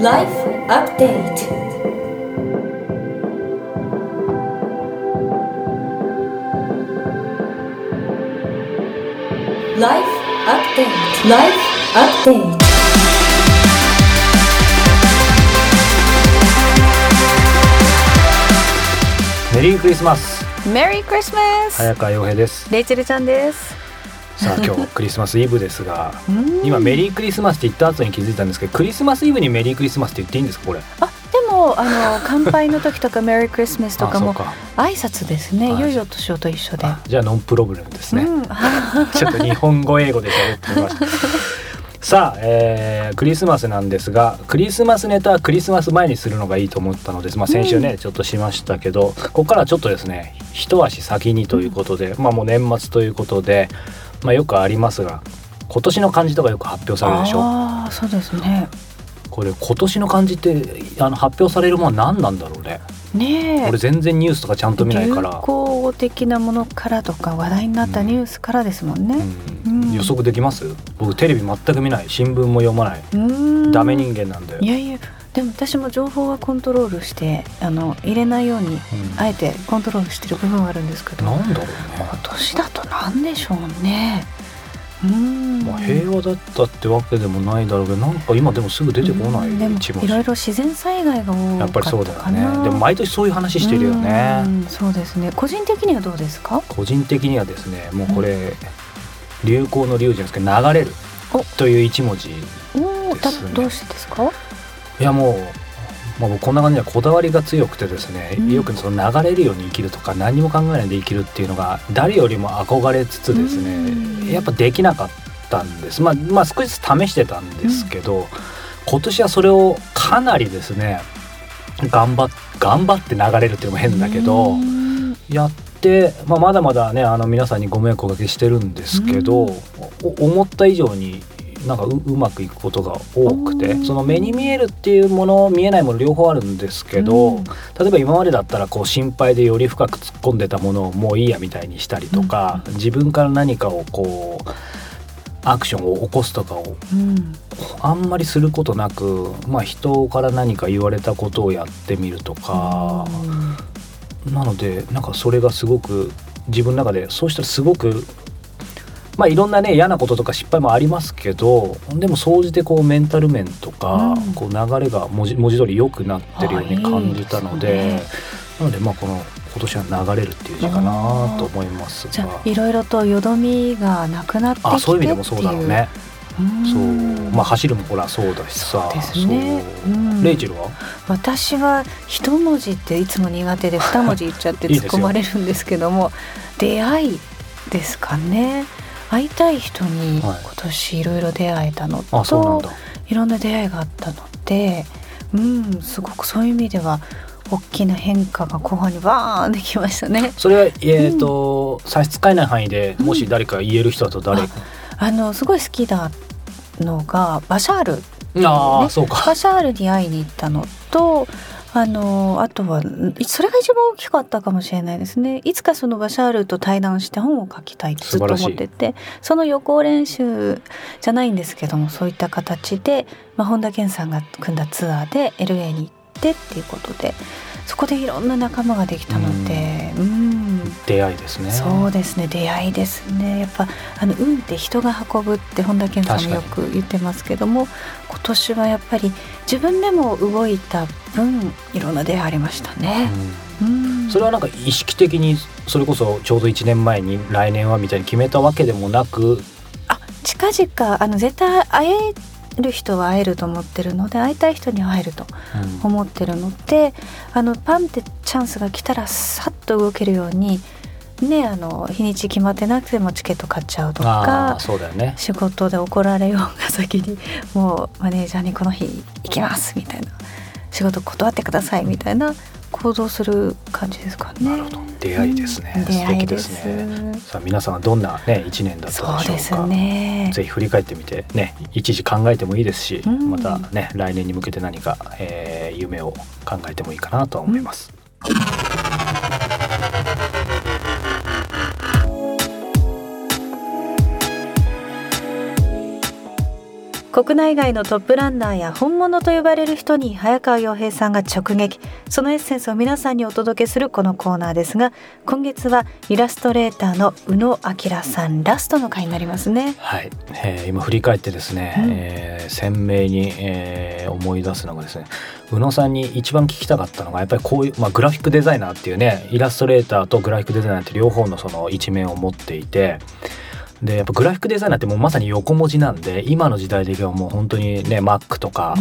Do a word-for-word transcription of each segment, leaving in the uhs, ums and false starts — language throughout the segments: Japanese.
Life Update Life Update Life Update メリークリスマス。 メリークリスマス。 早川洋平です。 レイチェルちゃんです。 さあ今日クリスマスイブですが今メリークリスマスって言った後に気づいたんですけど、クリスマスイブにメリークリスマスって言っていいんですかこれ？ あ、でもあの乾杯の時とかメリークリスマスとかもか挨拶ですね。良いお年をと一緒で。 じゃあノンプロブレムですね、 うん、 ちょっと日本語英語で喋ってみましたさあ、えー、クリスマスなんですが、クリスマスネタはクリスマス前にするのがいいと思ったのです、まあ、先週ね、うん、ちょっとしましたけど、ここからはちょっとですね一足先にということで、うん、まあもう年末ということで、まあ、よくありますが今年の漢字とかよく発表されるでしょ。 ああ、そうですね。 これ今年の漢字ってあの発表されるものは何なんだろうね。 ねえ、 俺全然ニュースとかちゃんと見ないから。 流行語的なものからとか話題になったニュースからですもんね、 うんうん、予測できます？僕テレビ全く見ない、新聞も読まない、うーん、ダメ人間なんで。 いやいや、でも私も情報はコントロールしてあの入れないように、うん、あえてコントロールしてる部分はあるんですけど、 なんだろうね、 今年だとなんでしょうね。うーん、 まあ、平和だったってわけでもないだろうけど、なんか今でもすぐ出てこない。 でもいろいろ自然災害が多かったかな。 やっぱりそうだよね。でも毎年そういう話してるよね。 うん、そうですね。個人的にはどうですか？ 個人的にはですね、もうこれ、うん、流行の流じゃないですけど流れるという一文字ですね。 どうしてですか？ いやもうまあ、僕こんな感じでこだわりが強くてですね、うん、よくその流れるように生きるとか何も考えないで生きるっていうのが誰よりも憧れつつですね、うん、やっぱできなかったんです。まあ、まあ少しずつ試してたんですけど、うん、今年はそれをかなりですね頑張っ頑張って流れるっていうのも変だけど、うん、やって、まあ、まだまだねあの皆さんにご迷惑をおかけしてるんですけど、うん、思った以上になんか う, うまくいくことが多くて、その目に見えるっていうもの見えないもの両方あるんですけど、うん、例えば今までだったらこう心配でより深く突っ込んでたものをもういいやみたいにしたりとか、うん、自分から何かをこうアクションを起こすとかを、うん、あんまりすることなく、まあ、人から何か言われたことをやってみるとか、うん、なのでなんかそれがすごく自分の中でそうしたらすごくまあいろんなね嫌なこととか失敗もありますけど、でも総じてこうメンタル面とか、うん、こう流れが文字、文字通り良くなってるように感じたので、いいですね。なのでまあこの今年は流れるっていう字かなと思いますが、 じゃあいろいろとよどみがなくなってきてっていう。 あ、そういう意味でもそうだろうね。うそうまあ走るもほらそうだしさ。 そうですね。 そう、うん、レイチェルは？ 私は一文字っていつも苦手で二文字言っちゃって突っ込まれるんですけども出会いですかね。会いたい人に今年いろいろ出会えたのと、はい、あ、そうなんだ。いろんな出会いがあったので、うん、すごくそういう意味では大きな変化が後半にバーンできましたね。 それは、えーとうん、差し支えない範囲でもし誰か言える人だと誰、うん、あ, あのすごい好きだのがバシャール、ね、 あ、そうか。 バシャールに会いに行ったのと、あのあとはそれが一番大きかったかもしれないですね。いつかそのバシャールと対談して本を書きたいってずっと思ってて、その予行練習じゃないんですけども、そういった形で、まあ、本田健さんが組んだツアーで エルエー に行ってっていうことで、そこでいろんな仲間ができたので、うん、うん、 出会いですね。 そうですね、出会いですね。やっぱあの運って人が運ぶって本田健さんもよく言ってますけども、今年はやっぱり自分でも動いた分いろんな出会いありましたね、 うんうん、それはなんか意識的にそれこそちょうどいちねんまえに来年はみたいに決めたわけでもなく、 あ、近々あの絶対会える人は会えると思ってるので、会いたい人には会えると思ってるので、うん、あのパンってチャンスが来たらさっと動けるようにね、あの日にち決まってなくてもチケット買っちゃうとか、 そうだよね、 仕事で怒られようが先にもうマネージャーにこの日行きますみたいな、仕事断ってくださいみたいな行動する感じですかね。 なるほど、出会いですね、うん、素敵ですね。さあ皆さんはどんな、ね、いちねんだったでしょうか。 そうですね、 ぜひ振り返ってみて、ね、一時考えてもいいですし、うん、また、ね、来年に向けて何か、えー、夢を考えてもいいかなと思います、うん。 国内外のトップランナーや本物と呼ばれる人に早川洋平さんが直撃、そのエッセンスを皆さんにお届けするこのコーナーですが、今月はイラストレーターの宇野明さんラストの回になりますね。 はい、えー、今振り返ってですね、うんえー、鮮明に、えー、思い出すのがですね、宇野さんに一番聞きたかったのがやっぱりこういう、まあ、グラフィックデザイナーっていうね、イラストレーターとグラフィックデザイナーって両方のその一面を持っていて、でやっぱグラフィックデザイナーってもうまさに横文字なんで、今の時代的にはもう本当にね Mac とか、うん、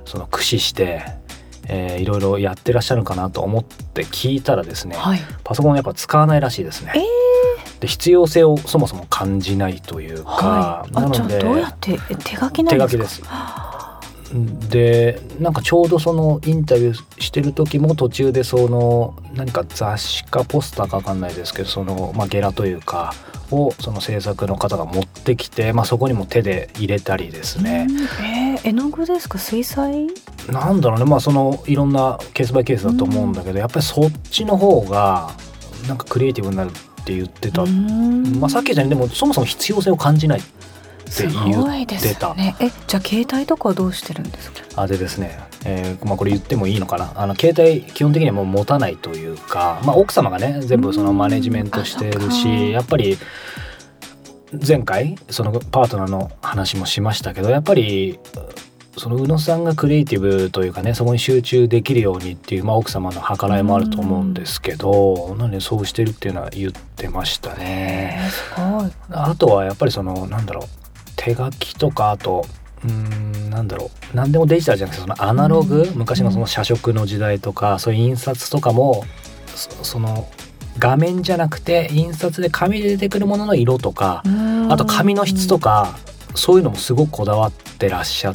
その駆使して、えー、いろいろやってらっしゃるかなと思って聞いたらですね、はい、パソコンやっぱ使わないらしいですね、えー、で必要性をそもそも感じないというか、 はい、なのであじゃあどうやって手書きなんですか？手書きです。 でなんかちょうどそのインタビューしてる時も途中でその何か雑誌かポスターか分かんないですけど、その、まあ、ゲラというかをその制作の方が持ってきて、まあ、そこにも手で入れたりですね、 えー、絵の具ですか？水彩なんだろうね、まあそのいろんなケースバイケースだと思うんだけど、やっぱりそっちの方がなんかクリエイティブになるって言ってた、まあ、さっきじゃんでもそもそも必要性を感じないって言ってた。すごいですね。 えじゃあ携帯とかはどうしてるんですか？ あでですね、えーまあ、これ言ってもいいのかな、あの携帯基本的にはもう持たないというか、まあ、奥様がね全部そのマネジメントしてるし、やっぱり前回そのパートナーの話もしましたけど、やっぱりその宇野さんがクリエイティブというかね、そこに集中できるようにっていう、まあ、奥様の計らいもあると思うんですけど、なんでそうしてるっていうのは言ってましたね。 すごい。 あとはやっぱりそのなんだろう、手書きとか、あとうーんなんだろう、何でもデジタルじゃなくてそのアナログ、昔のその写真の時代とか、そういう印刷とかも そ, その画面じゃなくて印刷で紙で出てくるものの色とか、あと紙の質とか、そういうのもすごくこだわってらっしゃって、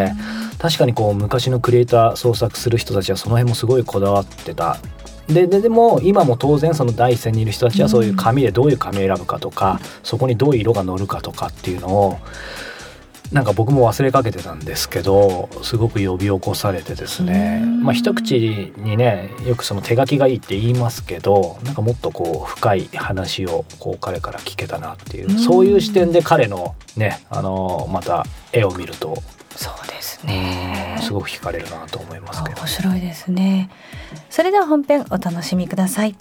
確かにこう昔のクリエイター創作する人たちはその辺もすごいこだわってた。で, で, でも今も当然その第一線にいる人たちはそういう紙でどういう紙を選ぶかとか、そこにどういう色が乗るかとかっていうのをなんか僕も忘れかけてたんですけど、すごく呼び起こされてですね、まあ一口にねよくその手書きがいいって言いますけど、なんかもっとこう深い話をこう彼から聞けたなっていう、そういう視点で彼のね、あのまた絵を見るとそうですね、 すごく惹かれるなと思いますけど、ね、 面白いですね。それでは本編お楽しみください。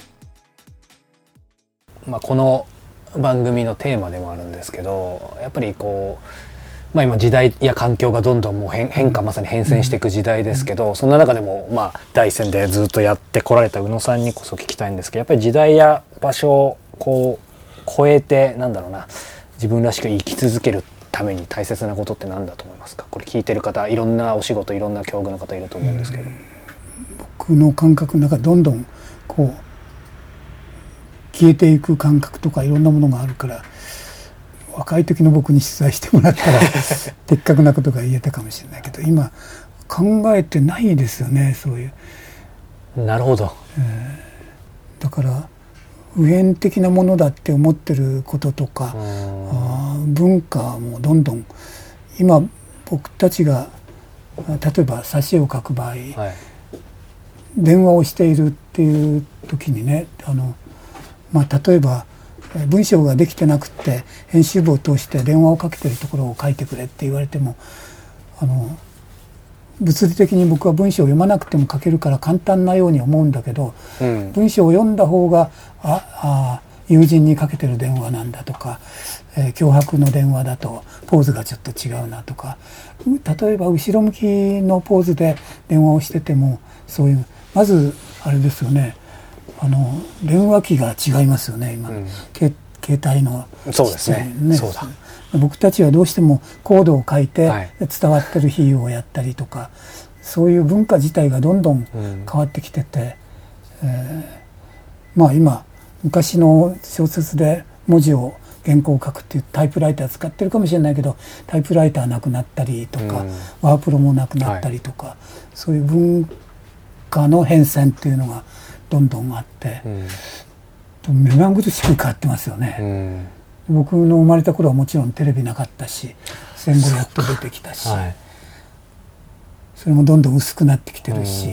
まあ、この番組のテーマでもあるんですけど、やっぱりこうまあ、今時代や環境がどんどんもう 変, 変化まさに変遷していく時代ですけど、そんな中でもまあ第一線でずっとやってこられた宇野さんにこそ聞きたいんですけど、やっぱり時代や場所をこう超えてなんだろうな、自分らしく生き続けるために大切なことって何だと思いますか？これ聞いてる方、いろんなお仕事、いろんな境遇の方いると思うんですけど、 僕の感覚の中でどんどんこう消えていく感覚とかいろんなものがあるから、若い時の僕に取材してもらったら的確なことが言えたかもしれないけど、今考えてないですよね、そういう。 なるほど、 えー、だから普遍的なものだって思ってることとか、あ文化もどんどん今僕たちが例えば挿絵を描く場合、はい、電話をしているっていう時にね、あの、まあ、例えば文章ができてなくて編集部を通して電話をかけてるところを書いてくれって言われても、あの物理的に僕は文章を読まなくても書けるから簡単なように思うんだけど、うん、文章を読んだ方がああ友人にかけてる電話なんだとか、えー、脅迫の電話だとポーズがちょっと違うなとか、例えば後ろ向きのポーズで電話をしてても、そういうまずあれですよね、あの電話機が違いますよね今、うん、携帯のそうですね、ね、そうだ。 僕たちはどうしてもコードを書いて伝わってる比喩をやったりとか、はい、そういう文化自体がどんどん変わってきてて、うんえー、まあ今昔の小説で文字を原稿を書くっていうタイプライター使ってるかもしれないけど、タイプライターなくなったりとか、うん、ワープロもなくなったりとか、はい、そういう文化の変遷っていうのがどんどんあって、うん、目まぐるしく変わってますよね、うん、僕の生まれた頃はもちろんテレビなかったし、戦後やっと出てきたし、はい、それもどんどん薄くなってきてるし、うん、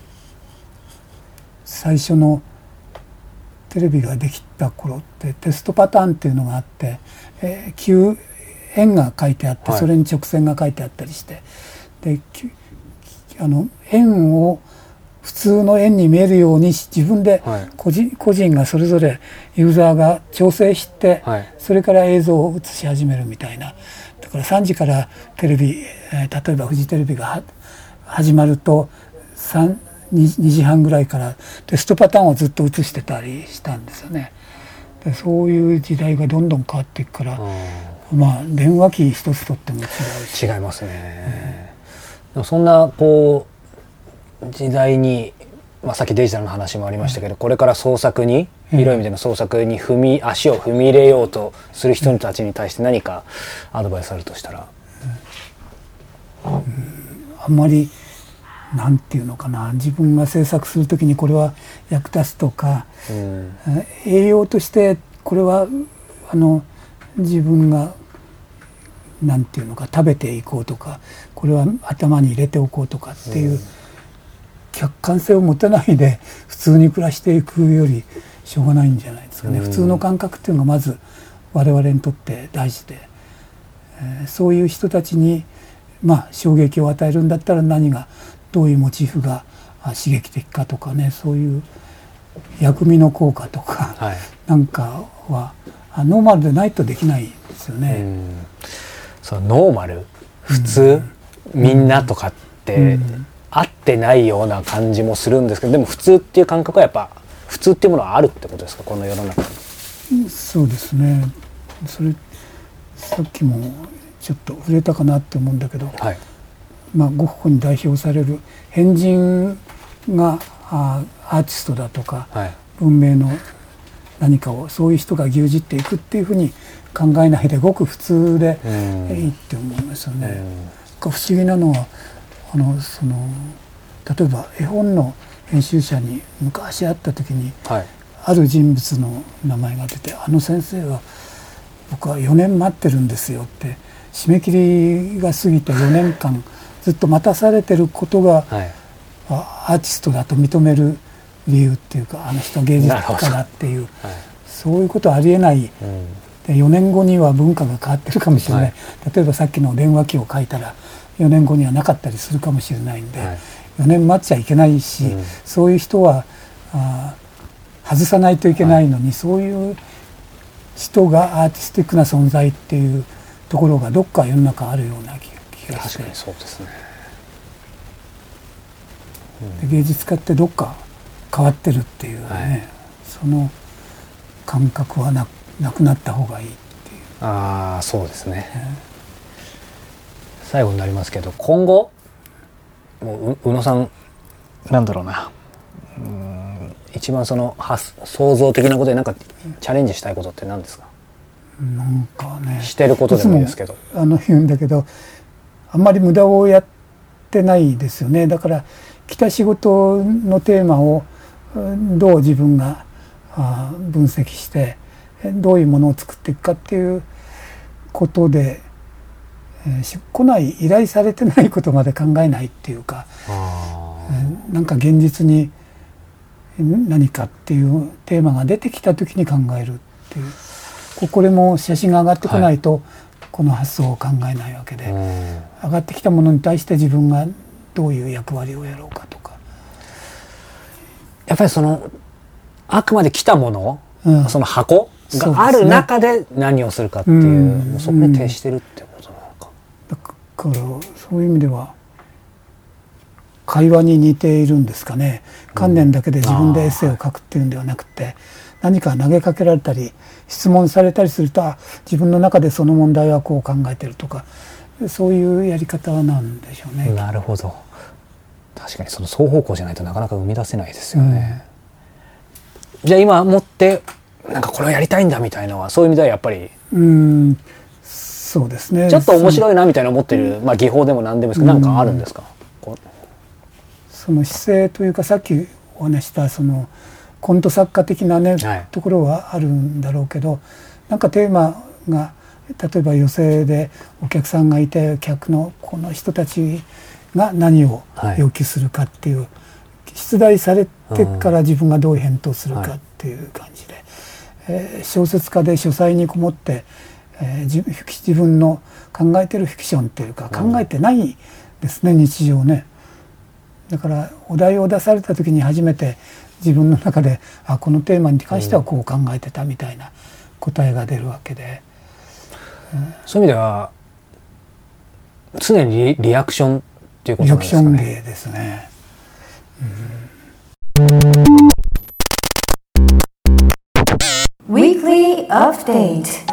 最初のテレビができた頃ってテストパターンっていうのがあって、えー、旧円が書いてあって、 はい、 それに直線が書いてあったりして、であの円を普通の円に見えるように自分で個人、はい、個人がそれぞれユーザーが調整して、はい、それから映像を映し始めるみたいな。だからさんじからテレビ、えー、例えばフジテレビが始まるとにじはんぐらいからテストパターンをずっと映してたりしたんですよね。でそういう時代がどんどん変わっていくから、まあ電話機一つとっても違うし。 違いますね。うん、でもそんなこう時代に、まあ、さっきデジタルの話もありましたけど、これから創作に、広い意味での創作に踏み足を踏み入れようとする人たちに対して何かアドバイスあるとしたら、 うんうん、あんまりなんていうのかな、自分が制作するときにこれは役立つとか、うん、栄養としてこれはあの自分がなんていうのか食べていこうとか、これは頭に入れておこうとかっていう、うん、客観性を持たないで普通に暮らしていくよりしょうがないんじゃないですかね。うん、普通の感覚っていうのがまず我々にとって大事で、えー、そういう人たちにまあ衝撃を与えるんだったら何がどういうモチーフが刺激的かとかね、そういう薬味の効果とか、はい、なんかはノーマルでないとできないですよね。うん、 そのノーマル普通、うん、みんなとかって、うん、合ってないような感じもするんですけど、でも普通っていう感覚はやっぱ普通っていうものはあるってことですか、この世の中に。 そうですね。それさっきもちょっと触れたかなって思うんだけど、はい、まあ、ゴッホに代表される変人があアーティストだとか、はい、文明の何かをそういう人が牛耳っていくっていうふうに考えないでごく普通でいいって思いますよね。不思議なのはあのその例えば絵本の編集者に昔会った時に、はい、ある人物の名前が出て、あの先生は僕はよねん待ってるんですよって、締め切りが過ぎてよねんかんずっと待たされてることが、はい、アーティストだと認める理由っていうか、あの人は芸術家だっていう、はい、そういうことはありえない、うん、でよねんごには文化が変わってるかもしれない、はい、例えばさっきの電話機を書いたらよねんごにはなかったりするかもしれないんで、はい、よねん待っちゃいけないし、うん、そういう人はあ外さないといけないのに、はい、そういう人がアーティスティックな存在っていうところがどっか世の中あるような気がして。 確かにそうですね。 うん、で芸術家ってどっか変わってるっていうね、はい、その感覚は な, なくなった方がいいっていう。 ああ、そうですね。えー、最後になりますけど、今後もう宇野さんなんだろうな、うーん一番その創造的なことでなんかチャレンジしたいことって何ですか？ なんかね、 してることでもいいですけど、 あの言うんだけど、あんまり無駄をやってないですよね。だから来た仕事のテーマをどう自分が分析してどういうものを作っていくかっていうことで、来ない依頼されてないことまで考えないっていうか、なんか現実に何かっていうテーマが出てきた時に考えるっていう、これも写真が上がってこないとこの発想を考えないわけで、上がってきたものに対して自分がどういう役割をやろうかとか、 やっぱりそのあくまで来たもの、うん、その箱がある中で何をするかっていう、うん、もうそこに徹してるってことなのか。 だからそういう意味では会話に似ているんですかね。観念だけで自分でエッセイを書くっていうんではなくて、何か投げかけられたり質問されたりすると、自分の中でその問題はこう考えてるとか、そういうやり方なんでしょうね。 なるほど。確かにその双方向じゃないとなかなか生み出せないですよね。うん、じゃあ今持ってなんかこれをやりたいんだみたいなのは、そういう意味ではやっぱり、 うん、そうですね。 ちょっと面白いなみたいな思ってる、まあ技法でも何でもいいですけど、なんかあるんですか？こうその姿勢というか、さっきお話したそのコント作家的なね、はい、ところはあるんだろうけど、なんかテーマが例えば寄席でお客さんがいて、客のこの人たちが何を要求するかっていう、はい、出題されてから自分がどう返答するかっていう感じで、はい、えー、小説家で書斎にこもって、 えー、自, 自分の考えてるフィクションっていうか考えてないですね、うん、日常ね。だからお題を出された時に初めて自分の中であこのテーマに関してはこう考えてたみたいな答えが出るわけで、 うん、そういう意味では常に リ, リアクションっていうことなんですかね。 リアクション芸ですね、 うん、Weekly Update。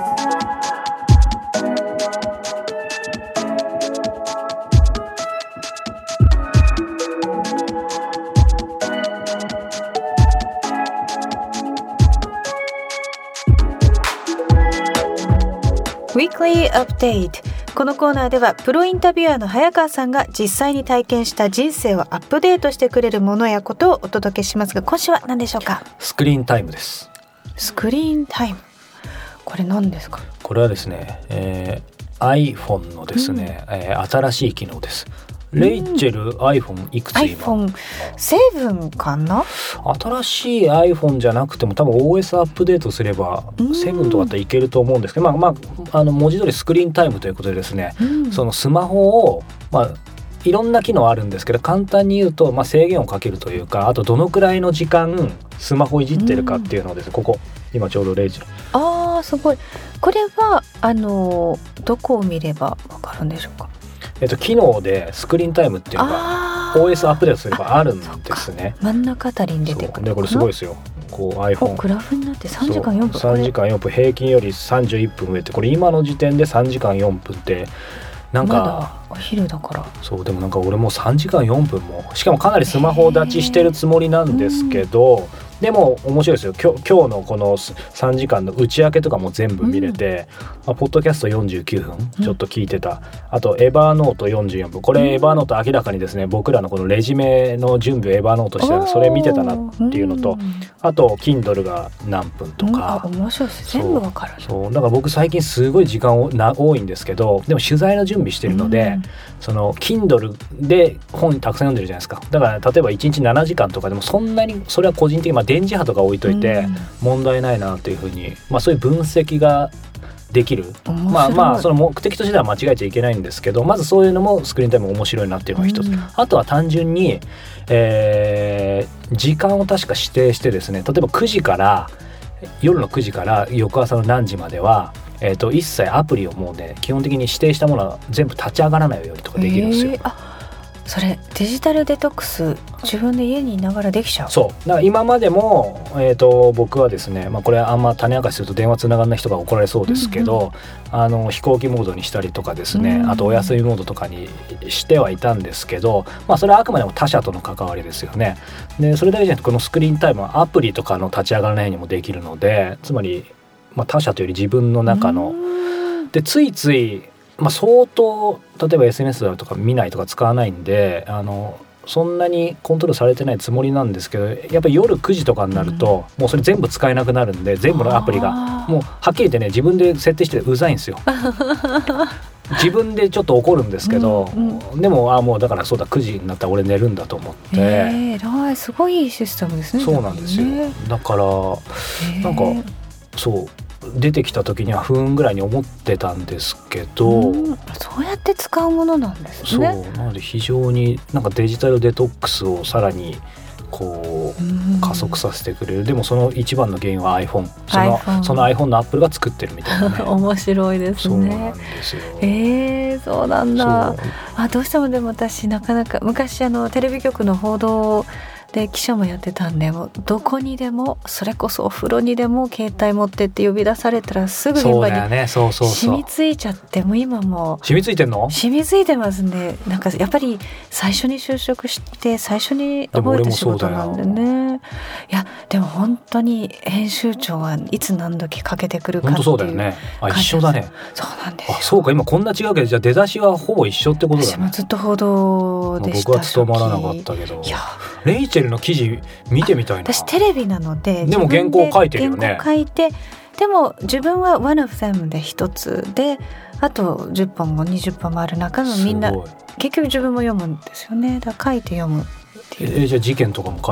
Weekly Update。 このコーナーではプロインタビュアーの早川さんが実際に体験した人生をアップデートしてくれるものやことをお届けしますが、今週は何でしょうか？ スクリーンタイムです。 スクリーンタイム、これ何ですか？ これはですね、えー、iPhone のですね、うんえー、新しい機能です。レイチェル、うん、iPhone いくつ今？ アイフォンセブン かな？ 新しい iPhone じゃなくても多分 オーエス アップデートすればセブンとかだったらいけると思うんですけど、まあまああの文字通りスクリーンタイムということでですね、うん、そのスマホをまあいろんな機能あるんですけど、簡単に言うと、まあ、制限をかけるというか、あとどのくらいの時間スマホいじってるかっていうのをですね、ここ今ちょうどレイチェル、 あーすごい。これはあのどこを見ればわかるんでしょうか？ えっと、機能でスクリーンタイムっていうのが オーエス アップデートすればあるんですね。 真ん中あたりに出てくる。 でこれすごいですよ。こう iPhone グラフになってさんじかんよんぷん、 さんじかんよんぷん、平均よりさんじゅういっぷん増えて、これ今の時点でさんじかんよんぷんってなんかまだお昼だから。 そうでもなんか俺もうさんじかんよんぷんも、しかもかなりスマホ立ちしてるつもりなんですけど、でも面白いですよ。今日、今日のこのさんじかんの内訳とかも全部見れて、うん、あポッドキャストよんじゅうきゅうふんちょっと聞いてた、うん、あとエバーノートよんじゅうよんぷん、これエバーノート明らかにですね、僕らのこのレジュメの準備をエバーノートしてた、それ見てたなっていうのと、あと Kindle が何分とか、 うん、あ面白いです。全部わかる。 そう、だから僕最近すごい時間な多いんですけど、でも取材の準備してるので、うん、その Kindle で本たくさん読んでるじゃないですか。だから例えばいちにちななじかんとかでもそんなに、それは個人的に、まあ、電磁波とか置いといて問題ないなというふうに、まあ、そういう分析ができる。まあまあその目的としては間違えちゃいけないんですけど、まずそういうのもスクリーンタイム面白いなっていうのが一つ、うん、あとは単純に、えー、時間を確か指定してですね、例えばくじから夜のくじから翌朝の何時までは、えー、と一切アプリをもうね基本的に指定したものは全部立ち上がらないようにとかできるんですよ。 えー、あそれデジタルデトックス自分で家にいながらできちゃう。 そうだから今までも、えー、と僕はですね、まあ、これあんま種明かしすると電話つながらない人が怒られそうですけど、うんうん、あの飛行機モードにしたりとかですね、うんうん、あとお休みモードとかにしてはいたんですけど、まあ、それはあくまでも他社との関わりですよね。でそれだけじゃなくてこのスクリーンタイムはアプリとかの立ち上がらないようにもできるので、つまり、まあ、他社というより自分の中のでついついまあ、相当例えば エスエヌエス とか見ないとか使わないんで、あのそんなにコントロールされてないつもりなんですけど、やっぱり夜くじとかになると、うん、もうそれ全部使えなくなるんで、全部のアプリがもうはっきり言ってね自分で設定してうざいんですよ自分でちょっと怒るんですけど、うんうん、でもあもうだからそうだくじになったら俺寝るんだと思って、 えー、すごいいいシステムですね。 そうなんですよ、ね、だからなんかそう出てきた時には不運ぐらいに思ってたんですけど、うん、 そうやって使うものなんですね。 そうなので非常になんかデジタルデトックスをさらにこう加速させてくれる。でもその一番の原因は iPhone、 その, iPhone その iPhone の Apple が作ってるみたいなね面白いですね。 そうなんですよ。 えー、そうなんだ。あどうしてもでも私なかなか昔あのテレビ局の報道で記者もやってたんで、もうどこにでもそれこそお風呂にでも携帯持ってって呼び出されたらすぐ現場に染みついちゃって、もう今も染みついてんの？ 染みついてますね。なんかやっぱり最初に就職して最初に覚えた仕事なんでね。いやでも本当に編集長はいつ何時かけてくるかっていう。 本当そうだよね。あ一緒だね。 そうなんですよ。 あそうか今こんな違うけど、じゃあ出だしはほぼ一緒ってことだね。 私もずっと報道でした。 僕は務まらなかったけど。いやレイチェルの記事見てみたいな。 私テレビなのででも原稿書いてるよね。 原稿書いて、でも自分は one of them で一つで、あとじゅっぽんもにじゅっぽんもある中のみんな結局自分も読むんですよね。だから書いて読むっていう。 えじゃあ事件とかも書い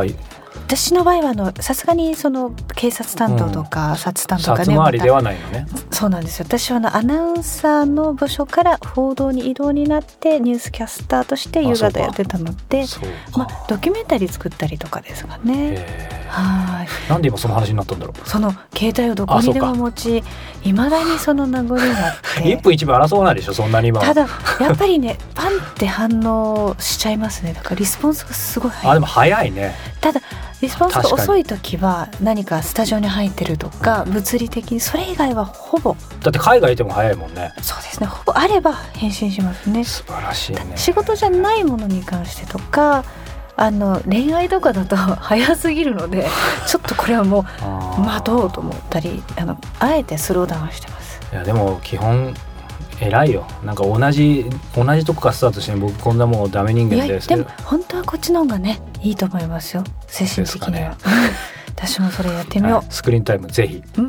私の場合はあのさすがにその警察担当とか、うん、殺担当とかね、 殺回りではないのね。 そうなんですよ。私はあのアナウンサーの部署から報道に移動になってニュースキャスターとして夕方やってたので、まあ、ドキュメンタリー作ったりとかですがね。はい。 なんで今その話になったんだろう。 その携帯をどこにでも持ち、いまだにその名残があって一分一秒争わないでしょ、そんなに今は。 ただやっぱりねパンって反応しちゃいますね。だからリスポンスがすごい早い。 あでも早いね。 ただリスポンスが遅い時は何かスタジオに入ってるとか、うん、物理的にそれ以外はほぼ。 だって海外いても早いもんね。 そうですね、ほぼあれば返信しますね。 素晴らしいね。 仕事じゃないものに関してとかあの恋愛とかだと早すぎるのでちょっとこれはもう待とうと思ったり あのあえてスローダウンしてます。 いやでも基本偉いよ。なんか同じ同じとこからスタートして、僕こんなもうダメ人間です。 いやでも本当はこっちの方がねいいと思いますよ、精神的には、ね、私もそれやってみよう、はい、 スクリーンタイムぜひ、うん、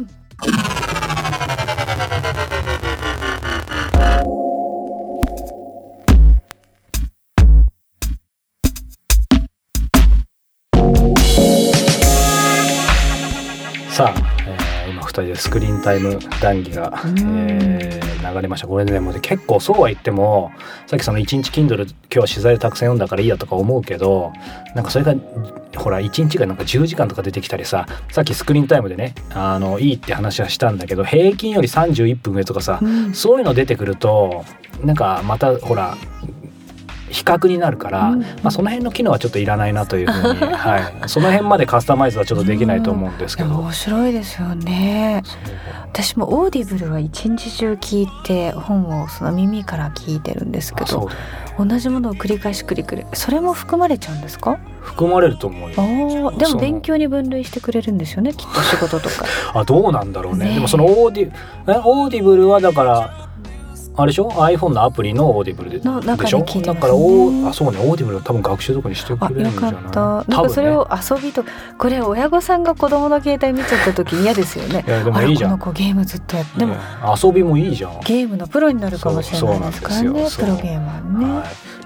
さあ、えー、今ふたりでスクリーンタイム談義が、えー流れました。これでも結構そうは言ってもさっきそのいちにち Kindle 今日は取材でたくさん読んだからいいやとか思うけど、なんかそれがほらいちにちがなんかじゅうじかんとか出てきたりさ、さっきスクリーンタイムでねあのいいって話はしたんだけど平均よりさんじゅういっぷん上とかさ、うん、そういうの出てくるとなんかまたほら比較になるから、うんまあ、その辺の機能はちょっといらないなというふうに、はい、その辺までカスタマイズはちょっとできないと思うんですけど、 うん、面白いですよね。私もオーディブルは一日中聞いて本をその耳から聞いてるんですけど、ね、同じものを繰り返し繰り返しそれも含まれちゃうんですか？ 含まれると思うよ。 でも勉強に分類してくれるんですよね、きっと仕事とかあどうなんだろう ね, ねでもそのオーディオーディブルはだからあれでしょ iPhone のアプリのオーディブル で, の中で聞いてますね。 だからおあそうねオーディブルは多分学習とかにしてくれるんじゃない？ あよかった。なんかそれを遊びと、ね、これ親御さんが子供の携帯見ちゃった時嫌ですよね。 いやでもいいじゃん。 あこの子ゲームずっとやってでも遊びもいいじゃん。 ゲームのプロになるかもしれないですからね。プロゲーマーね、はい、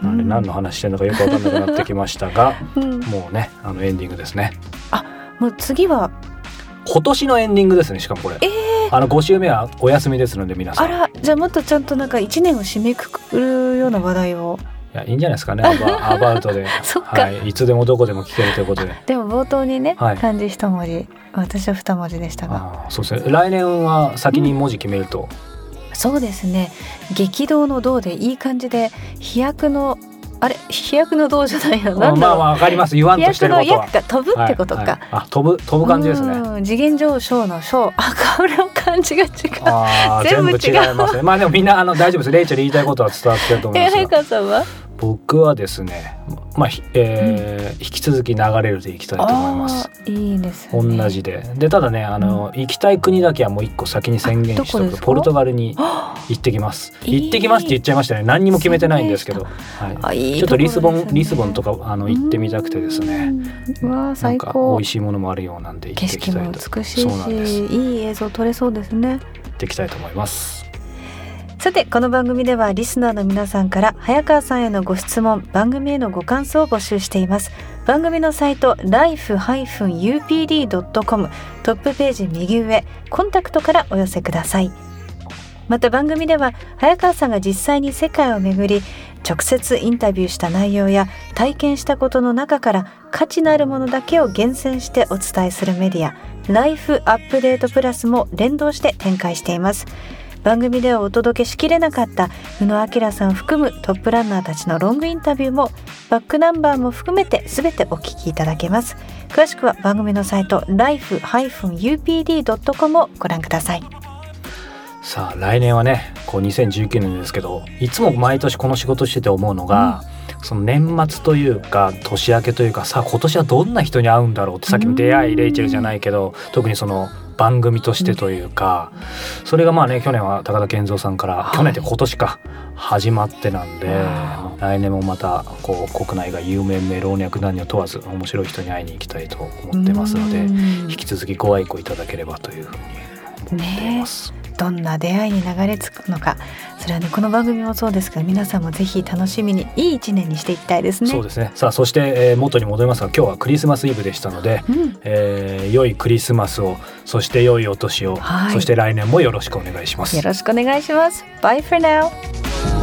なんで何の話してるのかよく分かんなくなってきましたが、うん、もうねあのエンディングですね。 あもう次は今年のエンディングですね。しかもこれ、えー、あのご週目はお休みですので皆さん。 あらじゃあもっとちゃんとなんかいちねんを締めくくるような話題を。 いやいいんじゃないですかね。ア バ, アバウトでそっか、 はい、いつでもどこでも聞けるということで。 でも冒頭にね、はい、漢字一文字私は二文字でしたが。 あそうですね。来年は先に文字決めると、うん、 そうですね。激動の動でいい感じで飛躍のあれ飛躍の動じゃないのなんだろう。 まあまあわかります。言わんとしてることは飛躍の躍が飛ぶってことか、はいはい、 あ飛ぶ飛ぶ感じですね。 次元上昇の昇あこれも漢字が違う。 あ全部違いますね。まあでもみんなあの大丈夫です。レイチェル言いたいことは伝わってると思いますが。 早川さんは僕はですね、まあえーうん、引き続き流れるでいきたいと思います。 いいですね。 同じででただねあの、うん、行きたい国だけはもう一個先に宣言しておく。ポルトガルに行ってきます。行ってきますって言っちゃいましたね。何にも決めてないんですけど、はい、ちょっとリスボンリスボンとかあの行ってみたくてですね。 うわ最高。 なんか美味しいものもあるようなんで行ってきたいと。 景色も美しいしいい映像撮れそうですね。 行ってきたいと思います。 さてこの番組ではリスナーの皆さんから早川さんへのご質問番組へのご感想を募集しています。番組のサイト ライフ ユーピーディー ドットコム トップページ右上コンタクトからお寄せください。また番組では早川さんが実際に世界を巡り直接インタビューした内容や体験したことの中から価値のあるものだけを厳選してお伝えするメディアライフアップデートプラスも連動して展開しています。番組ではお届けしきれなかった宇野明さん含むトップランナーたちのロングインタビューもバックナンバーも含めて全てお聞きいただけます。詳しくは番組のサイト ライフ ユーピーディー ドットコム をご覧ください。 さあ来年はねこうにせんじゅうきゅうねんですけどいつも毎年この仕事してて思うのが、うん、その年末というか年明けというかさあ今年はどんな人に会うんだろうってさっきの出会いレイチェルじゃないけど特にその番組としてというか、うん、それがまあね去年は高田健三さんから、はい、去年って今年か始まってなんで来年もまたこう国内が有名名老若男女問わず面白い人に会いに行きたいと思ってますので引き続きご愛顧いただければというふうに思っています、ねどんな出会いに流れ着くのか、それはねこの番組もそうですけど皆さんもぜひ楽しみにいい一年にしていきたいですね。 そうですね。さあそして、えー、元に戻りますが今日はクリスマスイブでしたので、うんえー、良いクリスマスを、そして良いお年を、はい、そして来年もよろしくお願いします。 よろしくお願いします。 Bye for now.